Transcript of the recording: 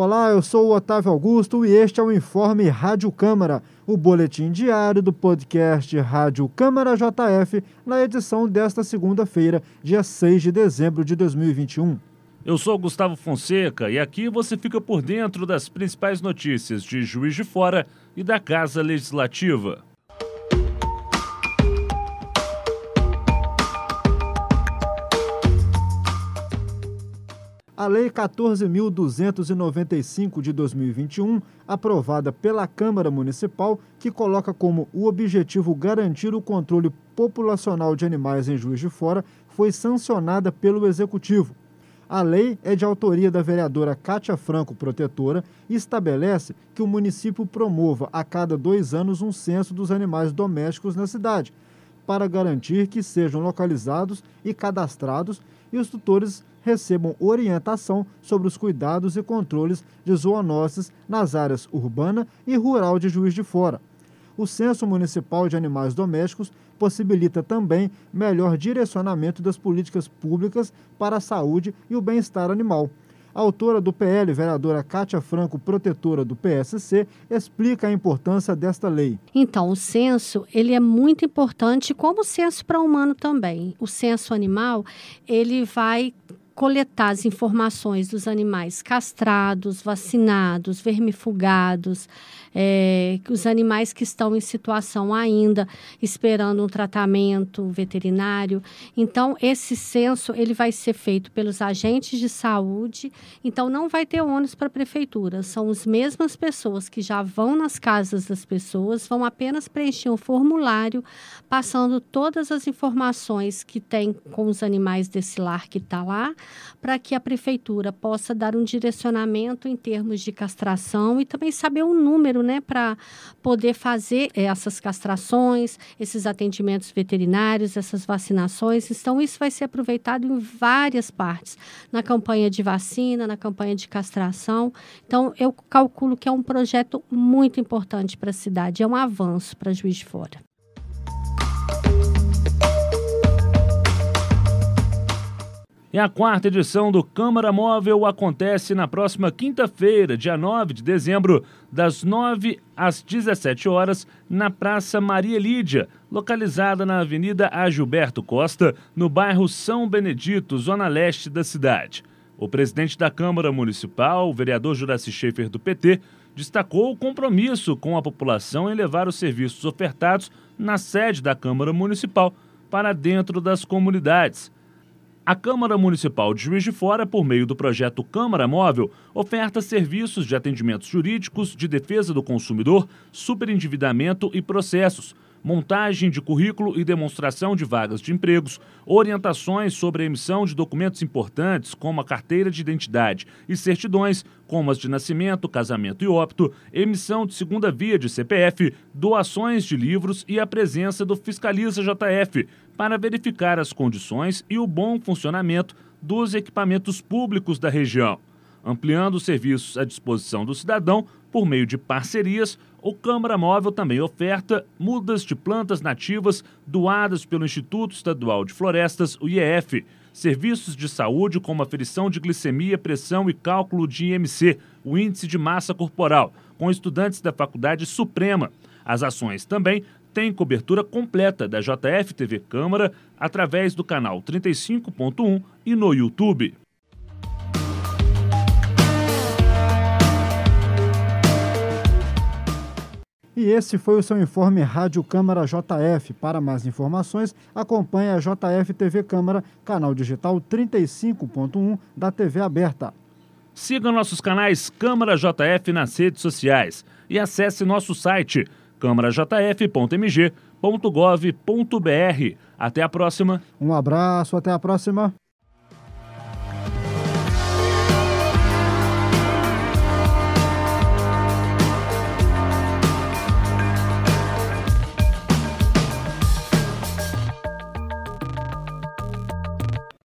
Olá, eu sou o Otávio Augusto e este é o Informe Rádio Câmara, o boletim diário do podcast Rádio Câmara JF, na edição desta segunda-feira, dia 6 de dezembro de 2021. Eu sou Gustavo Fonseca e aqui você fica por dentro das principais notícias de Juiz de Fora e da Casa Legislativa. A Lei 14.295 de 2021, aprovada pela Câmara Municipal, que coloca como o objetivo garantir o controle populacional de animais em Juiz de Fora, foi sancionada pelo Executivo. A lei é de autoria da vereadora Cátia Franco, protetora, e estabelece que o município promova a cada 2 anos um censo dos animais domésticos na cidade, para garantir que sejam localizados e cadastrados e os tutores recebam orientação sobre os cuidados e controles de zoonoses nas áreas urbana e rural de Juiz de Fora. O Censo Municipal de Animais Domésticos possibilita também melhor direcionamento das políticas públicas para a saúde e o bem-estar animal. A autora do PL, vereadora Cátia Franco, protetora do PSC, explica a importância desta lei. Então, o censo, ele é muito importante, como o censo para o humano também. O censo animal, ele vai coletar as informações dos animais castrados, vacinados, vermifugados, os animais que estão em situação ainda esperando um tratamento veterinário. Então, esse censo ele vai ser feito pelos agentes de saúde, então não vai ter ônus para a prefeitura. São as mesmas pessoas que já vão nas casas das pessoas, vão apenas preencher um formulário, passando todas as informações que tem com os animais desse lar que está lá, para que a prefeitura possa dar um direcionamento em termos de castração e também saber o número, para poder fazer essas castrações, esses atendimentos veterinários, essas vacinações. Então, isso vai ser aproveitado em várias partes, na campanha de vacina, na campanha de castração. Então, eu calculo que é um projeto muito importante para a cidade, é um avanço para Juiz de Fora. E a 4ª edição do Câmara Móvel acontece na próxima quinta-feira, dia 9 de dezembro, das 9 às 17 horas, na Praça Maria Lídia, localizada na Avenida Agilberto Costa, no bairro São Benedito, zona leste da cidade. O presidente da Câmara Municipal, o vereador Juraci Schaefer, do PT, destacou o compromisso com a população em levar os serviços ofertados na sede da Câmara Municipal para dentro das comunidades. A Câmara Municipal de Juiz de Fora, por meio do projeto Câmara Móvel, oferta serviços de atendimentos jurídicos, de defesa do consumidor, superendividamento e processos, montagem de currículo e demonstração de vagas de empregos, orientações sobre a emissão de documentos importantes como a carteira de identidade e certidões, como as de nascimento, casamento e óbito, emissão de segunda via de CPF, doações de livros e a presença do Fiscaliza JF, para verificar as condições e o bom funcionamento dos equipamentos públicos da região. Ampliando os serviços à disposição do cidadão por meio de parcerias, o Câmara Móvel também oferta mudas de plantas nativas doadas pelo Instituto Estadual de Florestas, o IEF, serviços de saúde como aferição de glicemia, pressão e cálculo de IMC, o índice de massa corporal, com estudantes da Faculdade Suprema. As ações também têm cobertura completa da JF TV Câmara através do canal 35.1 e no YouTube. E esse foi o seu informe Rádio Câmara JF. Para mais informações, acompanhe a JF TV Câmara, canal digital 35.1 da TV aberta. Siga nossos canais Câmara JF nas redes sociais e acesse nosso site câmarajf.mg.gov.br. Até a próxima. Um abraço, até a próxima.